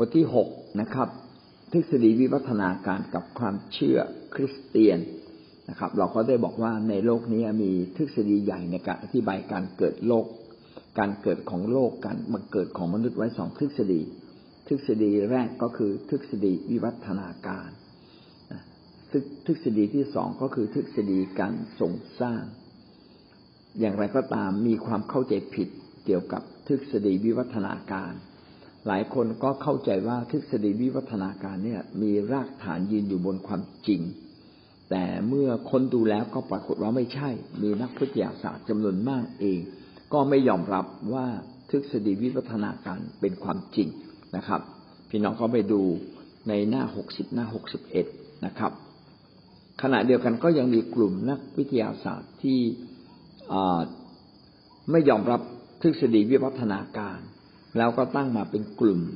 ทที่6นะครับทฤษฎีวิวัฒนาการกับความเชื่อคริสเตียนนะครับเราก็ได้บอกว่าในโลกนี้มีทฤษฎีใหญ่ในการอธิบายการเกิดโลกการเกิดของโลกการบังเกิดของมนุษย์ไว้2ทฤษฎีทฤษฎีแรกก็คือทฤษฎีวิวัฒนาการทฤษฎีที่2ก็คือทฤษฎีการทรงสร้างอย่างไรก็ตามมีความเข้าใจผิดเกี่ยวกับทฤษฎีวิวัฒนาการหลายคนก็เข้าใจว่าทฤษฎีวิวัฒนาการเนี่ยมีรากฐานยืนอยู่บนความจริงแต่เมื่อค้นดูแล้วก็ปรากฏว่าไม่ใช่มีนักวิทยาศาสตร์จำนวนมากเองก็ไม่ยอมรับว่าทฤษฎีวิวัฒนาการเป็นความจริงนะครับพี่น้องก็ไปดูในหน้า60หน้า61นะครับขณะเดียวกันก็ยังมีกลุ่มนักวิทยาศาสตร์ที่ไม่ยอมรับทฤษฎีวิวัฒนาการแล้วก็ตั้งมาเป็นกลุ่ม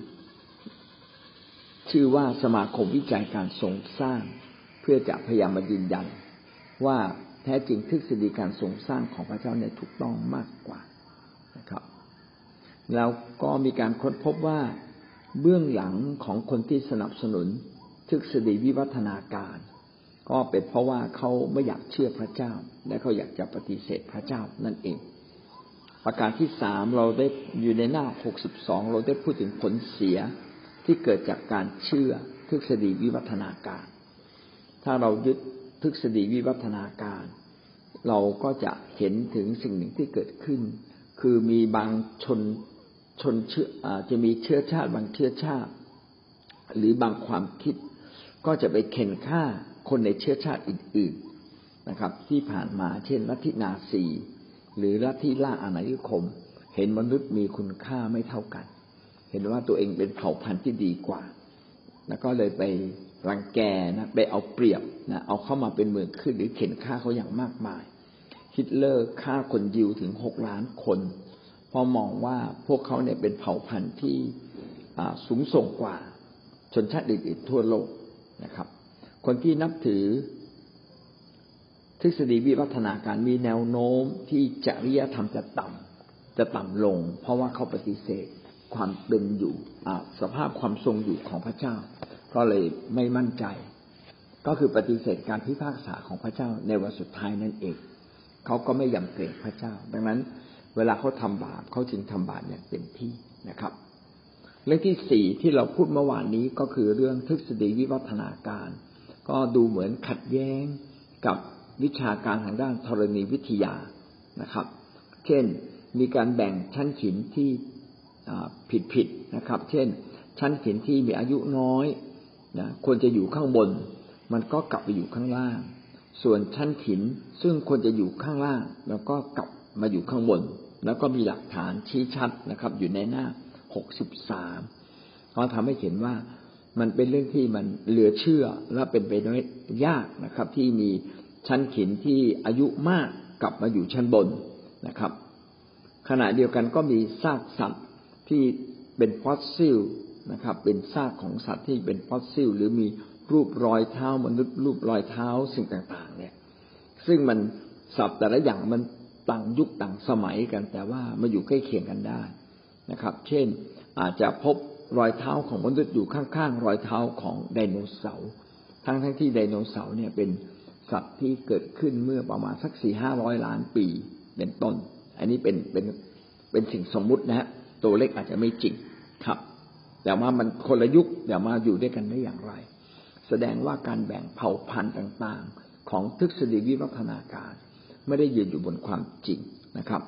ชื่อว่าสมาคมวิจัยการทรงสร้างเพื่อจะพยายามมายืนยันว่าแท้จริงทฤษฎีการทรงสร้างของพระเจ้าเนี่ยถูกต้องมากกว่านะครับแล้วก็มีการค้นพบว่าเบื้องหลังของคนที่สนับสนุนทฤษฎีวิวัฒนาการก็เป็นเพราะว่าเขาไม่อยากเชื่อพระเจ้าและเขาอยากจะปฏิเสธพระเจ้านั่นเองประการที่3เราได้อยู่ในหน้า62เราได้พูดถึงผลเสียที่เกิดจากการเชื่อทฤษฎีวิวัฒนาการถ้าเรายึดทฤษฎีวิวัฒนาการเราก็จะเห็นถึงสิ่งหนึ่งที่เกิดขึ้นคือมีบางชนเชื้อจะมีเชื้อชาติบางเชื้อชาติหรือบางความคิดก็จะไปเข็นฆ่าคนในเชื้อชาติอื่นๆนะครับที่ผ่านมาเช่นลัทธินาซีหรือลัทธิล่าอาณานิคมเห็นมนุษย์มีคุณค่าไม่เท่ากันเห็นว่าตัวเองเป็นเผ่าพันธุ์ที่ดีกว่าแล้วก็เลยไปรังแกนะไปเอาเปรียบนะเอาเข้ามาเป็นเมืองขึ้นหรือเข็นฆ่าเขาอย่างมากมายฮิตเลอร์ฆ่าคนยิวถึง6 ล้านคนเพราะมองว่าพวกเขาเนี่ยเป็นเผ่าพันธุ์ที่สูงส่งกว่าชนชาติอื่นๆทั่วโลกนะครับคนที่นับถือทฤษฎีวิวัฒนาการมีแนวโน้มที่จริยธรรมจะต่ำลงเพราะว่าเขาปฏิเสธความเป็นอยู่สภาพความทรงอยู่ของพระเจ้าก็เลยไม่มั่นใจก็คือปฏิเสธการพิพากษาของพระเจ้าในวันสุดท้ายนั่นเองเขาก็ไม่ยำเกรงพระเจ้าดังนั้นเวลาเขาทำบาปเขาจึงทำบาปอย่างเต็มที่นะครับเรื่องที่4ที่เราพูดเมื่อวานนี้ก็คือเรื่องทฤษฎีวิวัฒนาการก็ดูเหมือนขัดแย้งกับวิชาการทางด้านธรณีวิทยานะครับเช่นมีการแบ่งชั้นหินที่ผิดนะครับเช่นชั้นหินที่มีอายุน้อยนะควรจะอยู่ข้างบนมันก็กลับไปอยู่ข้างล่างส่วนชั้นหินซึ่งควรจะอยู่ข้างล่างแล้วก็กลับมาอยู่ข้างบนแล้วก็มีหลักฐานชี้ชัดนะครับอยู่ในหน้า63ก็ทำให้เห็นว่ามันเป็นเรื่องที่มันเหลือเชื่อและเป็นไปได้ยากนะครับที่มีชั้นหินที่อายุมากกลับมาอยู่ชั้นบนนะครับขณะเดียวกันก็มีซากสัตว์ที่เป็นฟอสซิลนะครับเป็นซากของสัตว์ที่เป็นฟอสซิลหรือมีรูปรอยเท้ามนุษย์รูปรอยเท้าสิ่งต่างๆเนี่ยซึ่งมันสัตว์แต่ละอย่างมันต่างยุคต่างสมัยกันแต่ว่ามาอยู่ใกล้เคียงกันได้นะครับเช่นอาจจะพบรอยเท้าของมนุษย์อยู่ข้างๆรอยเท้าของไดโนเสาร์ทั้งที่ไดโนเสาร์เนี่ยเป็นสัตว์ที่เกิดขึ้นเมื่อประมาณสัก 400-500 ล้านปีเป็นต้นอันนี้เป็นสิ่งสมมุตินะฮะตัวเลขอาจจะไม่จริงครับแต่ว่ามันคนละยุคแต่มาอยู่ด้วยกันได้อย่างไรแสดงว่าการแบ่งเผ่าพันธุ์ต่างๆของทฤษฎีวิวัฒนาการไม่ได้ยืนอยู่บนความจริงนะครับ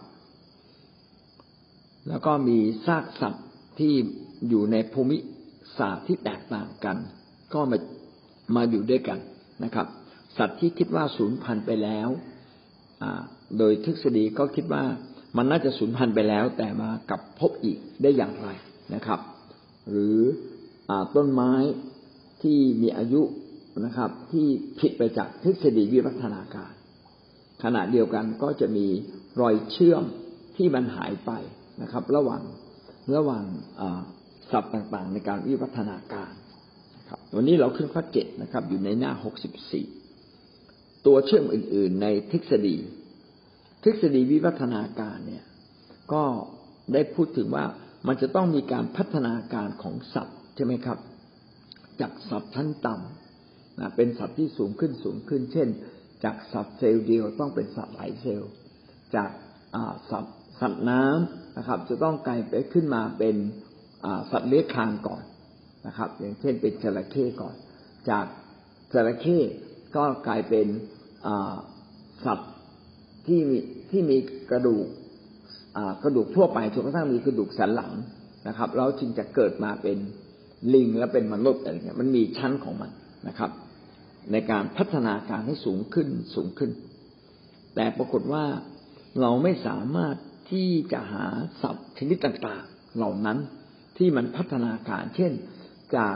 แล้วก็มีซากสัตว์ที่อยู่ในภูมิศาสตร์ที่แตกต่างกันก็มาอยู่ด้วยกันนะครับสัตว์ที่คิดว่าสูญพันธุ์ไปแล้วโดยทฤษฎีก็คิดว่ามันน่าจะสูญพันธุ์ไปแล้วแต่มากลับพบอีกได้อย่างไรนะครับหรือต้นไม้ที่มีอายุนะครับที่ผิดไปจากทฤษฎีวิวัฒนาการขณะเดียวกันก็จะมีรอยเชื่อมที่มันหายไปนะครับระหว่างศัพท์ต่างๆในการวิวัฒนาการครับวันนี้เราขึ้นข้อ7นะครับอยู่ในหน้า64ตัวเชื่อมอื่นๆในทฤษฎีวิวัฒนาการเนี่ยก็ได้พูดถึงว่ามันจะต้องมีการพัฒนาการของสัตว์ช่ไหมครับจากศัพท์ชั้นต่ำเป็นศัพท์ที่สูงขึ้นเช่นจากศัพท์เซลล์เดียวต้องเป็นศัพท์หลายเซลล์จากสัตว์น้ำนะครับจะต้องกลายไปขึ้นมาเป็นสัตว์เลื้อยคลานก่อนนะครับอย่างเช่นเป็นจระเข้ก่อนจากจระเข้ก็กลายเป็นสัตว์ที่มีกระดูกทั่วไปจนกระทั่งมีกระดูกสันหลังนะครับแล้วจึงจะเกิดมาเป็นลิงและเป็นมนุษย์อะไรเงี้ยมันมีชั้นของมันนะครับในการพัฒนาการให้สูงขึ้นแต่ปรากฏว่าเราไม่สามารถที่จะหาสัตว์ชนิดต่างๆเหล่านั้นที่มันพัฒนาการเช่นจาก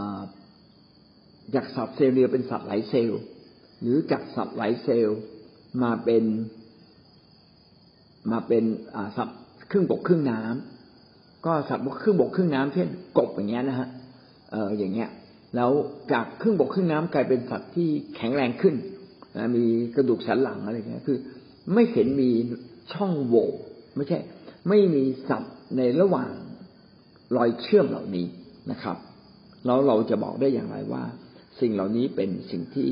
สัตว์เซลล์เดียวเป็นสัตว์หลายเซลล์หรือจากสัตว์หลายเซลล์มาเป็นสัตว์ครึ่งบกครึ่งน้ำก็สัตว์ครึ่งบกครึ่งน้ำเช่นกบอย่างเงี้ยนะฮะอย่างเงี้ยแล้วจากครึ่งบกครึ่งน้ำกลายเป็นสัตว์ที่แข็งแรงขึ้นมีกระดูกสันหลังอะไรเงี้ยคือไม่เห็นมีช่องโหว่ไม่มีสัตว์ในระหว่างรอยเชื่อมเหล่านี้นะครับแล้วเราจะบอกได้อย่างไรว่าสิ่งเหล่านี้เป็นสิ่งที่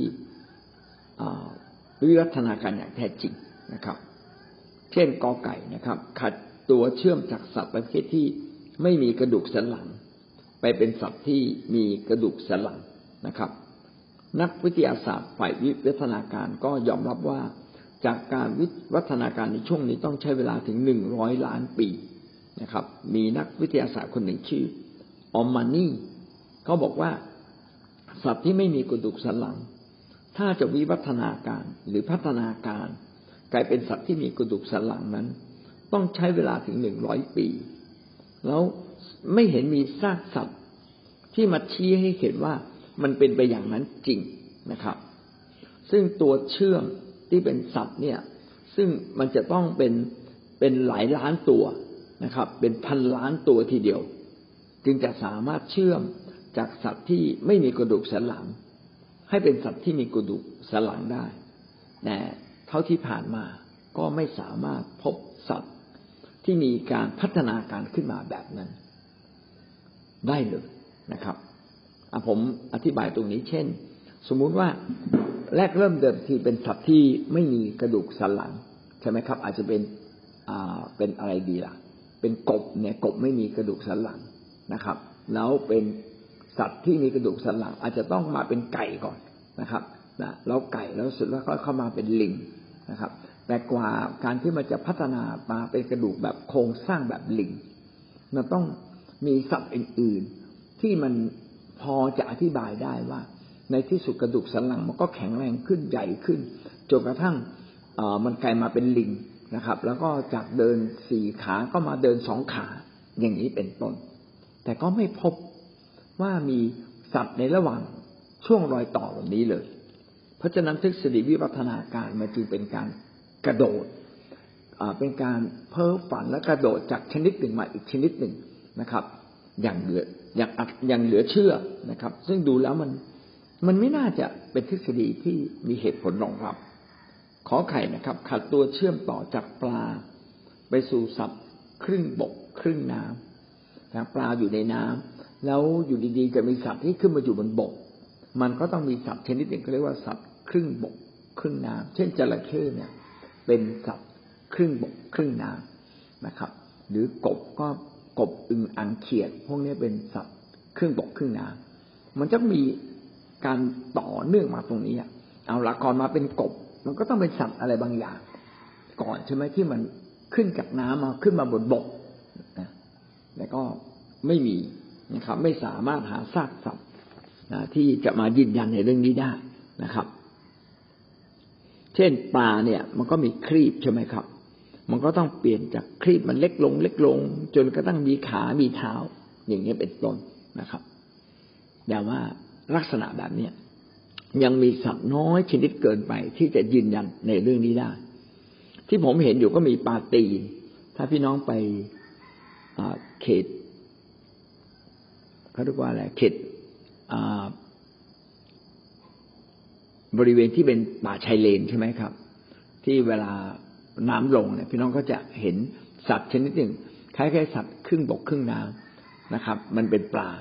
วิวัฒนาการอย่างแท้จริงนะครับเช่นกอไก่นะครับขัดตัวเชื่อมจากสัตว์ประเภทที่ไม่มีกระดูกสันหลังไปเป็นสัตว์ที่มีกระดูกสันหลังนะครับนักวิทยาศาสตร์ฝ่ายวิวัฒนาการก็ยอมรับว่าจากการวิวัฒนาการในช่วงนี้ต้องใช้เวลาถึง100 ล้านปีนะครับมีนักวิทยาศาสตร์คนหนึ่งชื่อออมมานีเขาบอกว่าสัตว์ที่ไม่มีกระดูกสันหลังถ้าจะวิวัฒนาการหรือพัฒนาการกลายเป็นสัตว์ที่มีกระดูกสันหลังนั้นต้องใช้เวลาถึง100 ปีแล้วไม่เห็นมีซากสัตว์ที่มาชี้ให้เห็นว่ามันเป็นไปอย่างนั้นจริงนะครับซึ่งตัวเชื่อมที่เป็นสัตว์เนี่ยซึ่งมันจะต้องเป็นหลายล้านตัวนะครับเป็นพันล้านตัวทีเดียวจึงจะสามารถเชื่อมจากสัตว์ที่ไม่มีกระดูกสันหลังให้เป็นสัตว์ที่มีกระดูกสันหลังได้แต่เท่าที่ผ่านมาก็ไม่สามารถพบสัตว์ที่มีการพัฒนาการขึ้นมาแบบนั้นได้เลยนะครับผมอธิบายตรงนี้เช่นสมมุติว่าแรกเริ่มเดิมทีเป็นสัตว์ที่ไม่มีกระดูกสันหลังใช่ไหมครับอาจจะเป็นอะไรดีล่ะเป็นกบเนี่ยกบไม่มีกระดูกสันหลังนะครับแล้วเป็นสัตว์ที่มีกระดูกสันหลังอาจจะต้องมาเป็นไก่ก่อนนะครับแล้วไก่แล้วสุดแล้วก็เข้ามาเป็นลิงนะครับแต่กว่าการที่มันจะพัฒนามาเป็นกระดูกแบบโครงสร้างแบบลิงมันต้องมีสัตว์อื่นๆที่มันพอจะอธิบายได้ว่าในที่สุดกระดูกสันหลังมันก็แข็งแรงขึ้นใหญ่ขึ้นจนกระทั่งมันกลายมาเป็นลิงนะครับแล้วก็จากเดิน4 ขาก็มาเดิน2 ขาอย่างนี้เป็นต้นแต่ก็ไม่พบว่ามีสัตว์ในระหว่างช่วงรอยต่อแบบนี้เลยเพราะฉะนั้นทฤษฎีวิวัฒนาการมันจึงเป็นการกระโดดเป็นการเพ้อฝันและกระโดดจากชนิดหนึ่งมาอีกชนิดหนึ่งนะครับอย่างเหลือเชื่อนะครับซึ่งดูแล้วมันไม่น่าจะเป็นทฤษฎีที่มีเหตุผลรองรับขอไข่นะครับขัดตัวเชื่อมต่อจากปลาไปสู่สัตว์ครึ่งบกครึ่งน้ำปลาอยู่ในน้ำแล้วอยู่ดีๆจะมีสัตว์ที่ขึ้นมาอยู่บนบกมันก็ต้องมีสัตว์ชนิดหนึ่งเขาเรียกว่าสัตว์ครึ่งบกครึ่งน้ำเช่นจระเข้เนี่ยเป็นสัตว์ครึ่งบกครึ่งน้ำนะครับหรือกบก็กบอึ่งอ่างเขียดพวกนี้เป็นสัตว์ครึ่งบกครึ่งน้ำมันจะมีการต่อเนื่องมาตรงนี้เอาละก่อนมาเป็นกบมันก็ต้องเป็นสัตว์อะไรบางอย่างก่อนใช่ไหมที่มันขึ้นจากน้ำมาขึ้นมาบนบกนะแล้วก็ไม่มีนะครับไม่สามารถหาซากสัตว์ที่จะมายืนยันในเรื่องนี้ได้นะครับเช่นปลาเนี่ยมันก็มีครีบใช่ไหมครับมันก็ต้องเปลี่ยนจากครีบมันเล็กลงจนกระทั่งมีขามีเท้าอย่างนี้เป็นต้นนะครับแต่ว่าลักษณะแบบนี้ยังมีสัตว์น้อยชนิดเกินไปที่จะยืนยันในเรื่องนี้ได้ที่ผมเห็นอยู่ก็มีปลาตีนถ้าพี่น้องไปเขตเขาเรียกว่าอะไรเขตบริเวณที่เป็นป่าชายเลนใช่ไหมครับที่เวลาน้ำลงเนี่ยพี่น้องก็จะเห็นสัตว์ชนิดหนึ่งคล้ายๆสัตว์ครึ่งบกครึ่งน้ำนะครับมันเป็นปลา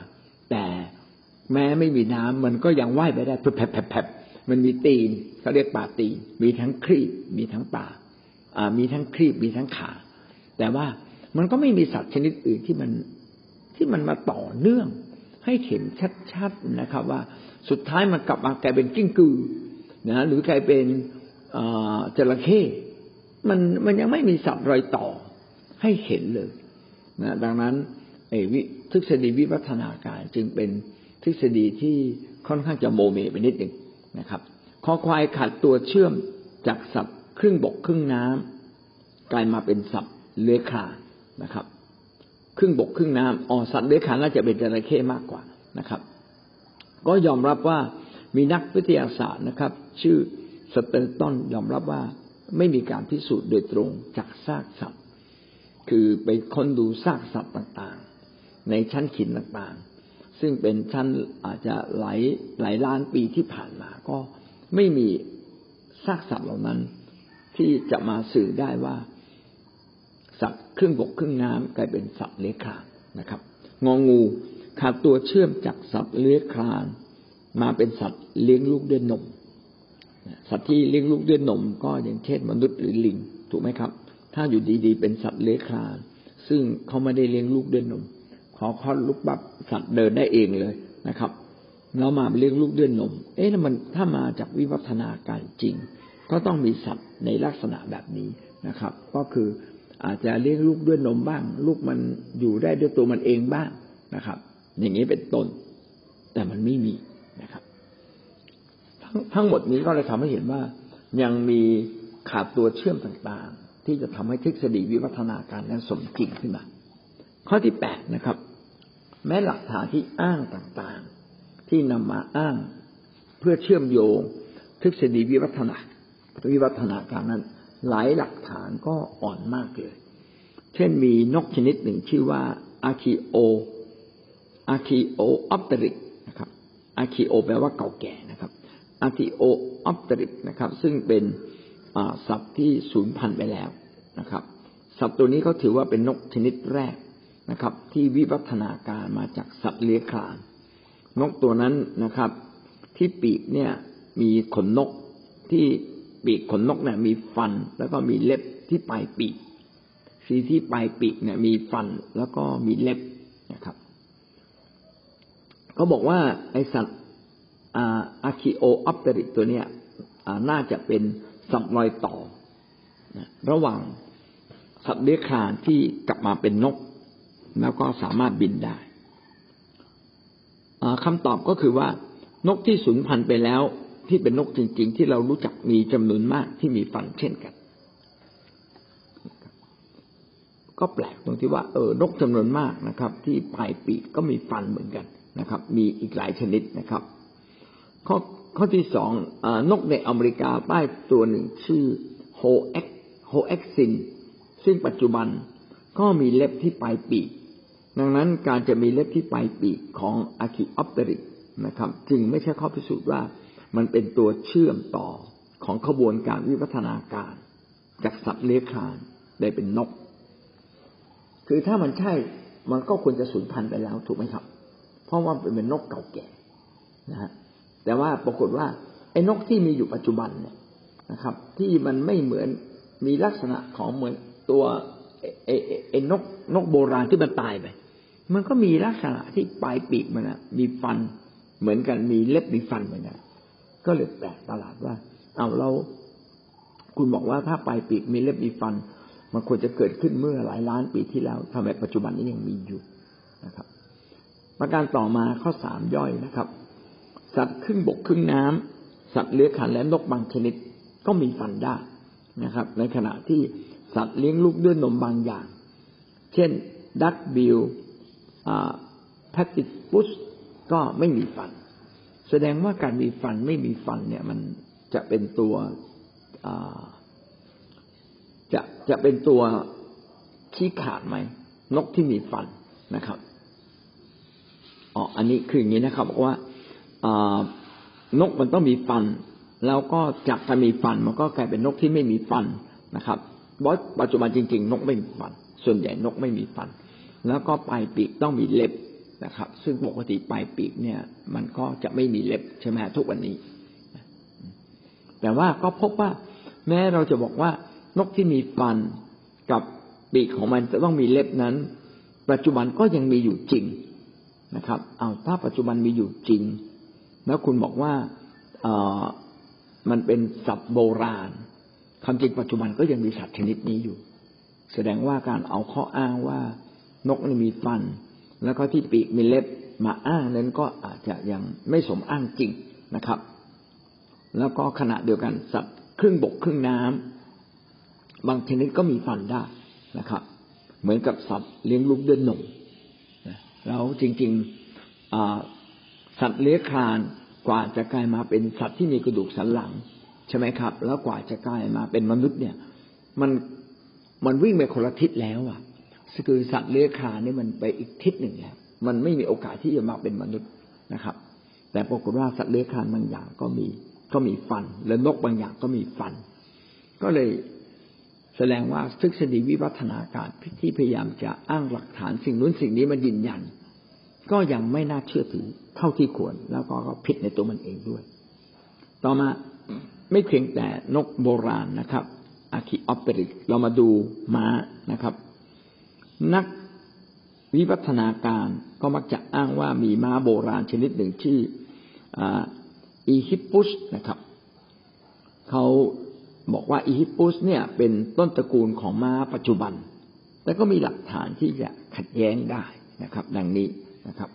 แต่แม้ไม่มีน้ำมันก็ยังว่ายไปได้แผลบมันมีตีนเขาเรียกปลาตีนมีทั้งครีบมีทั้งปากมีทั้งครีบมีทั้งขาแต่ว่ามันก็ไม่มีสัตว์ชนิดอื่นที่มันมาต่อเนื่องให้เห็นชัดๆนะครับว่าสุดท้ายมันกลับมากลายเป็นกิ้งกือนะหรือกลายเป็นจระเข้มันยังไม่มีสัตว์รอยต่อให้เห็นเลยนะดังนั้นทฤษฎีวิวัฒนาการจึงเป็นทฤษฎีที่ค่อนข้างจะโมเมไปนิดหนึ่งนะครับคอควายขาดตัวเชื่อมจากสัตว์ครึ่งบกครึ่งน้ำกลายมาเป็นสัตว์เลื้อยคลานนะครับครึ่งบกครึ่งน้ำสัตว์เลื้อยคลานน่าจะเป็นจระเข้มากกว่านะครับก็ยอมรับว่ามีนักวิทยาศาสตร์นะครับชื่อสเตอร์ตันยอมรับว่าไม่มีการพิสูจน์โดยตรงจากซากสัตว์คือไปค้นดูซากสัตว์ต่างๆในชั้นหินต่างๆซึ่งเป็นชั้นอาจจะหลายล้านปีที่ผ่านมาก็ไม่มีซากสัตว์เหล่านั้นที่จะมาสื่อได้ว่าสัตว์ครึ่งบกครึ่งน้ำกลายเป็นสัตว์เลื้อยคลานนะครับงองูขาดตัวเชื่อมจากสัตว์เลื้อยคลานมาเป็นสัตว์เลี้ยงลูกด้วยนมสัตว์ที่เลี้ยงลูกด้วยนมก็อย่างเช่นมนุษย์หรือลิงถูกไหมครับถ้าอยู่ดีๆเป็นสัตว์เลื้อยคลานซึ่งเขาไม่ได้เลี้ยงลูกด้วยนมขอคลอดลูกปั๊บสัตว์เดินได้เองเลยนะครับแล้วมาเลี้ยงลูกด้วยนมแล้วมันถ้ามาจากวิวัฒนาการจริงก็ต้องมีสัตว์ในลักษณะแบบนี้นะครับก็คืออาจจะเลี้ยงลูกด้วยนมบ้างลูกมันอยู่ได้ด้วยตัวมันเองบ้างนะครับอย่างนี้เป็นต้นแต่มันไม่มีนะครับทั้งหมดนี้ก็เลยทำให้เห็นว่ายังมีขาดตัวเชื่อมต่างๆที่จะทำให้ทฤษฎีวิวัฒนาการนั้นสมจริงขึ้นมาข้อที่8นะครับแม้หลักฐานที่อ้างต่างๆที่นำมาอ้างเพื่อเชื่อมโยงทฤษฎีวิวัฒนาการนั้นหลายหลักฐานก็อ่อนมากเลยเช่นมีนกชนิดหนึ่งชื่อว่าอาคิโอออปเตริกนะครับอาคิโอแปลว่าเก่าแก่นะครับอาคิโอออปเตริกนะครับซึ่งเป็นศัพท์ที่สูญพันธุ์ไปแล้วนะครับศัพท์ตัวนี้เขาถือว่าเป็นนกชนิดแรกนะครับที่วิวัฒนาการมาจากสัตว์เลื้อยคลานนกตัวนั้นนะครับที่ปีกเนี่ยมีขนนกที่ปีกขนนกเนี่ยมีฟันแล้วก็มีเล็บที่ปลายปีกที่ปลายปีกเนี่ยมีฟันแล้วก็มีเล็บนะครับเขาบอกว่าไอสัตว์อาคิโอออปเตริกตัวเนี้ยน่าจะเป็นสัตว์รอยต่อระหว่างสัตว์เลื้อยคลานที่กลับมาเป็นนกแล้วก็สามารถบินได้คำตอบก็คือว่านกที่สูญพันธุ์ไปแล้วที่เป็นนกจริงๆที่เรารู้จักมีจำนวนมากที่มีฟันเช่นกันก็แปลกตรงที่ว่านกจำนวนมากนะครับที่ปลายปีกก็มีฟันเหมือนกันนะครับมีอีกหลายชนิดนะครับข้อที่2นกในอเมริกาใต้ตัวหนึ่งชื่อโฮเอ็กซินซึ่งปัจจุบันก็มีเล็บที่ปลายปีกดังนั้นการจะมีเล็บที่ปลายปีกของอาคิออปเตริกนะครับจึงไม่ใช่ข้อพิสูจน์ว่ามันเป็นตัวเชื่อมต่อของขบวนการวิวัฒนาการจากสัตว์เลื้อยคลานได้เป็นนกคือถ้ามันใช่มันก็ควรจะสูญพันธุ์ไปแล้วถูกไหมครับเพราะว่าเป็นนกเก่าแก่นะฮะแต่ว่าปรากฏว่าไอ้นกที่มีอยู่ปัจจุบันเนี่ยนะครับที่มันไม่เหมือนมีลักษณะของเหมือนตัวไอ้นกโบราณที่มันตายไปมันก็มีลักษณะที่ปลายปีกมันนะมีฟันเหมือนกันมีเล็บมีฟันเหมือนกันก็เลยแปลกประหลาดว่าเราคุณบอกว่าถ้าปลายปีกมีเล็บมีฟันมันควรจะเกิดขึ้นเมื่อหลายล้านปีที่แล้วทำไมปัจจุบันนี้ยังมีอยู่นะครับประการต่อมาข้อ3ย่อยนะครับสัตว์ครึ่งบกครึ่งน้ำสัตว์เลื้อยคลานและนกบางชนิดก็มีฟันได้นะครับในขณะที่สัตว์เลี้ยงลูกด้วยนมบางอย่างเช่นดักบิลแพตติปุสก็ไม่มีฟันแสดงว่าการมีฟันไม่มีฟันเนี่ยมันจะเป็นตัวจะเป็นตัวชี้ขาดไหมนกที่มีฟันนะครับอันนี้คืออย่างนี้นะครับบอกว่านกมันต้องมีฟันแล้วก็จากการมีฟันมันก็กลายเป็นนกที่ไม่มีฟันนะครับเพราะปัจจุบันจริงๆนกไม่มีฟันส่วนใหญ่นกไม่มีฟันแล้วก็ปลายปีกต้องมีเล็บนะครับซึ่งปกติปลายปีกเนี่ยมันก็จะไม่มีเล็บใช่ไหมทุกวันนี้แต่ว่าก็พบว่าแม้เราจะบอกว่านกที่มีฟันกับปีกของมันจะต้องมีเล็บนั้นปัจจุบันก็ยังมีอยู่จริงนะครับถ้าปัจจุบันมีอยู่จริงแล้วคุณบอกว่ามันเป็นศัพท์โบราณคำจริงปัจจุบันก็ยังมีสัตว์ชนิดนี้อยู่แสดงว่าการเอาข้ออ้างว่านกนี่มีฟันแล้วก็ที่ปีกมีเล็บมาอ้างนั้นก็อาจจะยังไม่สมอ้างจริงนะครับแล้วก็ขณะเดียวกันสัตว์ครึ่งบกครึ่งน้ำบางชนิดก็มีฟันได้นะครับเหมือนกับสัตว์เลี้ยงลูกด้วยนมแล้วจริงๆสัตว์เลื้อยคลานกว่าจะกลายมาเป็นสัตว์ที่มีกระดูกสันหลังใช่ไหมครับแล้วกว่าจะกลายมาเป็นมนุษย์เนี่ยมันวิ่งไปคนละทิศแล้วคือสัตว์เลื้อยคลานนี่มันไปอีกทิศหนึ่งแล้วมันไม่มีโอกาสที่จะมาเป็นมนุษย์นะครับแต่ปรากฏว่าสัตว์เลื้อยคลานบางอย่างก็มีฟันและนกบางอย่างก็มีฟันก็เลยแสดงว่าทฤษฎีวิวัฒนาการที่พยายามจะอ้างหลักฐานสิ่งนู้นสิ่งนี้มายืนยันก็ยังไม่น่าเชื่อถือเท่าที่ควรแล้วก็ผิดในตัวมันเองด้วยต่อมาไม่เพียงแต่นกโบราณนะครับอาคิออปเปริกเรามาดูม้านะครับนักวิวัฒนาการก็มักจะอ้างว่ามีม้าโบราณชนิดหนึ่งชื่ออีฮิปปุสนะครับเขาบอกว่าอีฮิปปุสเนี่ยเป็นต้นตระกูลของม้าปัจจุบันแต่ก็มีหลักฐานที่จะขัดแย้งได้นะครับดังนี้นะครับ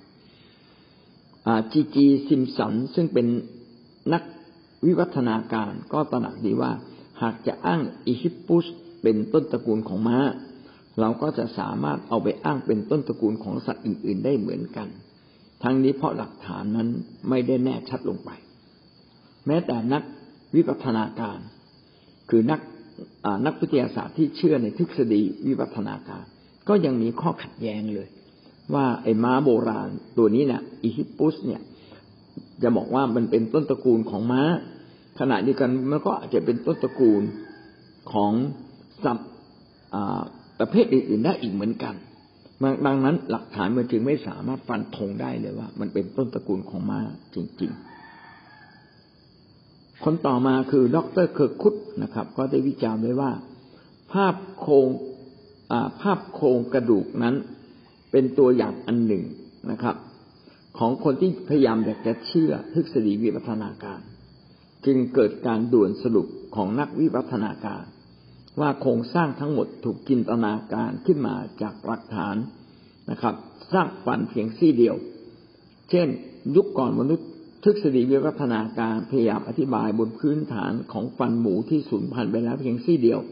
จีซิมสันซึ่งเป็นนักวิวัฒนาการก็ตระหนักดีว่าหากจะอ้างอีฮิปปุสเป็นต้นตระกูลของม้าเราก็จะสามารถเอาไปอ้างเป็นต้นตระกูลของสัตว์อื่นๆได้เหมือนกันทั้งนี้เพราะหลักฐานนั้นไม่ได้แน่ชัดลงไปแม้แต่นักวิวัฒนาการคือนักวิทยาศาสตร์ที่เชื่อในทฤษฎีวิวัฒนาการก็ยังมีข้อขัดแย้งเลยว่าไอ้ม้าโบราณตัวนี้เนี่ยอีฮิปปุสเนี่ยจะบอกว่ามันเป็นต้นตระกูลของม้าขณะเดียวกันมันก็อาจจะเป็นต้นตระกูลของสัตว์ประเภทอื่นๆได้อีกเหมือนกันดังนั้นหลักฐานมันจึงไม่สามารถฟันธงได้เลยว่ามันเป็นต้นตระกูลของม้าจริงๆคนต่อมาคือดร.เคอร์คุตนะครับก็ได้วิจารณ์ไว้ว่าภาพโครงกระดูกนั้นเป็นตัวอย่างอันหนึ่งนะครับของคนที่พยายามอยากจะเชื่อทฤษฎีวิวัฒนาการจึงเกิดการด่วนสรุปของนักวิวัฒนาการว่าโครงสร้างทั้งหมดถูกจินตนาการขึ้นมาจากหลักฐานนะครับสร้างฟันเพียงซี่เดียวเช่นยุคก่อนมนุษย์ทฤษฎีวิวัฒนาการพยายามอธิบายบนพื้นฐานของฟันหมูที่สูญพันธุ์ไปแล้วเพียงซี่เดียว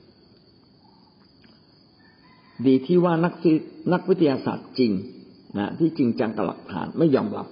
ดีที่ว่านักวิทยาศาสตร์จริงนะที่จริงจังกับหลักฐานไม่ยอมรั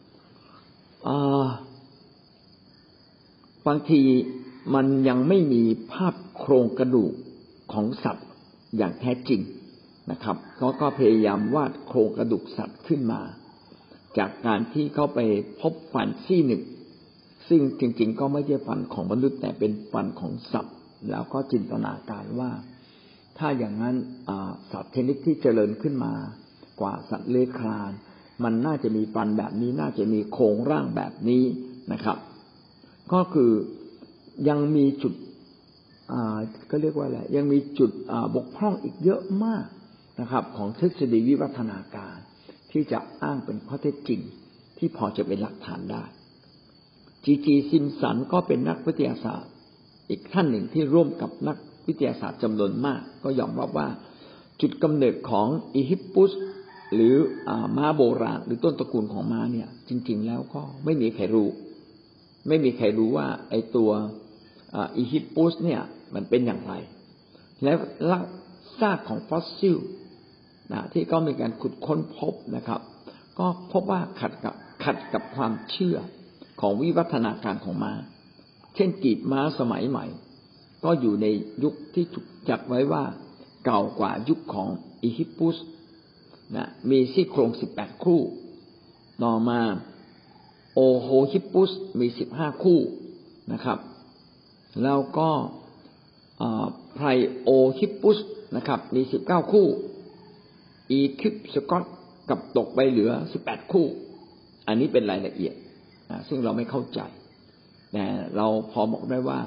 บบางทีมันยังไม่มีภาพโครงกระดูกของสัตว์อย่างแท้จริงนะครับเขาก็พยายามวาดโครงกระดูกสัตว์ขึ้นมาจากการที่เขาไปพบฟันซี่หนึ่งซึ่งจริงๆก็ไม่ใช่ฟันของมนุษย์แต่เป็นฟันของสัตว์แล้วก็จินตนาการว่าถ้าอย่างนั้นสัตว์ชนิดที่เจริญขึ้นมากว่าสัตว์เลื้อยคลานมันน่าจะมีฟันแบบนี้น่าจะมีโครงร่างแบบนี้นะครับก็คือยังมีจุดก็เรียกว่าอะไรยังมีจุดบกพร่องอีกเยอะมากนะครับของทฤษฎีวิวัฒนาการที่จะอ้างเป็นข้อเท็จจริงที่พอจะเป็นหลักฐานได้จีซิมสันก็เป็นนักวิทยาศาสตร์อีกท่านหนึ่งที่ร่วมกับนักวิทยาศาสตร์จำนวนมากก็ยอมรับว่าจุดกำเนิดของอีฮิปปุสหรือม้าโบราณหรือต้นตระกูลของม้าเนี่ยจริงๆแล้วก็ไม่มีใครรู้ว่าไอ้ตัวอีฮิปปุสเนี่ยมันเป็นอย่างไรแล้วซากของฟอสซิลที่ก็มีการขุดค้นพบนะครับก็พบว่าขัดกับความเชื่อของวิวัฒนาการของม้าเช่นกีบม้าสมัยใหม่ก็อยู่ในยุคที่ถูกจัดไว้ว่าเก่ากว่ายุคของอีฮิปปุสมีซี่โครง18คู่ต่อมาโอโฮฮิปปุสมี15คู่นะครับแล้วก็ไพรโอฮิปปุสนะครับมี19คู่อีคิปสกอตกับตกไปเหลือ18คู่อันนี้เป็นรายละเอียดซึ่งเราไม่เข้าใจแต่เราพอบอกได้ว่า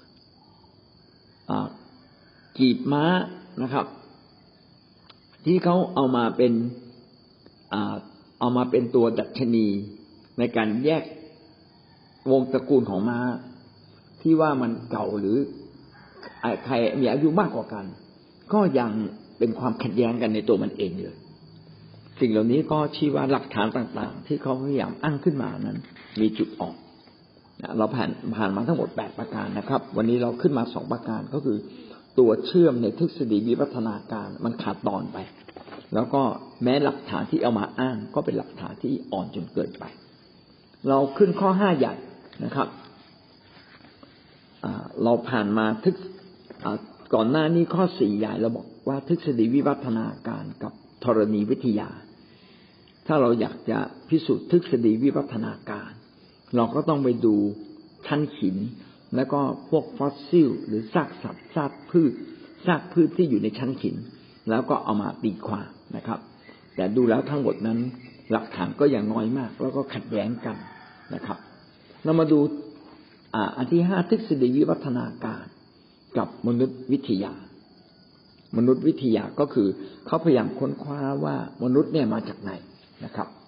กีบม้านะครับที่เขาเอามาเป็นตัวดัชนีในการแยกวงตระกูลของม้าที่ว่ามันเก่าหรือใครมีอายุมากกว่ากันก็ยังเป็นความขัดแย้งกันในตัวมันเองเลยสิ่งเหล่านี้ก็ชี้ว่าหลักฐานต่างๆที่เขาพยายามอ้างขึ้นมานั้นมีจุดอ่อนเราผ่านมาทั้งหมด8ประการนะครับวันนี้เราขึ้นมา2ประการก็คือตัวเชื่อมในทฤษฎีวิวัฒนาการมันขาดตอนไปแล้วก็แม้หลักฐานที่เอามาอ้างก็เป็นหลักฐานที่อ่อนจนเกินไปเราขึ้นข้อ5ใหญ่นะครับเราผ่านมาก่อนหน้านี้ข้อ4ใหญ่เราบอกว่าทฤษฎีวิวัฒนาการกับธรณีวิทยาถ้าเราอยากจะพิสูจน์ทฤษฎีวิวัฒนาการเราก็ต้องไปดูชั้นหินแล้วก็พวกฟอสซิลหรือซากสัตว์ซากพืชที่อยู่ในชั้นหินแล้วก็เอามาตีความนะครับแต่ดูแล้วทั้งหมดนั้นหลักฐานก็ยังน้อยมากแล้วก็ขัดแย้งกันนะครับเรามาดูอันที่5ทฤษฎีวิวัฒนาการกับมนุษยวิทยามนุษยวิทยาก็คือเขาพยายามค้นคว้าว่ามนุษย์เนี่ยมาจากไหนนะครับ